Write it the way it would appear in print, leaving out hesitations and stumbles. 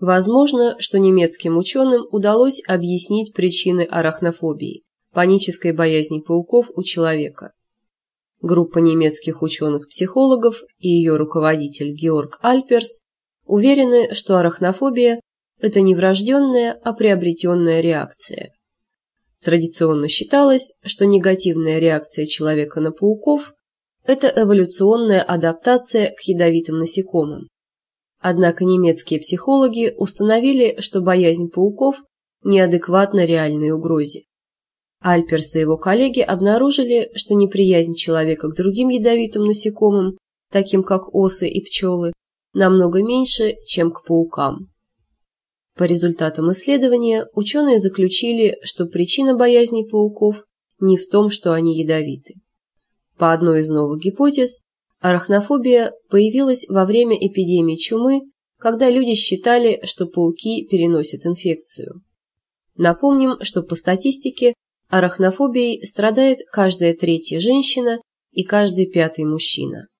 Возможно, что немецким ученым удалось объяснить причины арахнофобии, панической боязни пауков у человека. Группа немецких ученых-психологов и ее руководитель Георг Альперс уверены, что арахнофобия – это не врожденная, а приобретенная реакция. Традиционно считалось, что негативная реакция человека на пауков – это эволюционная адаптация к ядовитым насекомым. Однако немецкие психологи установили, что боязнь пауков неадекватна реальной угрозе. Альперс и его коллеги обнаружили, что неприязнь человека к другим ядовитым насекомым, таким как осы и пчелы, намного меньше, чем к паукам. По результатам исследования ученые заключили, что причина боязни пауков не в том, что они ядовиты. По одной из новых гипотез, арахнофобия появилась во время эпидемии чумы, когда люди считали, что пауки переносят инфекцию. Напомним, что по статистике арахнофобией страдает каждая третья женщина и каждый пятый мужчина.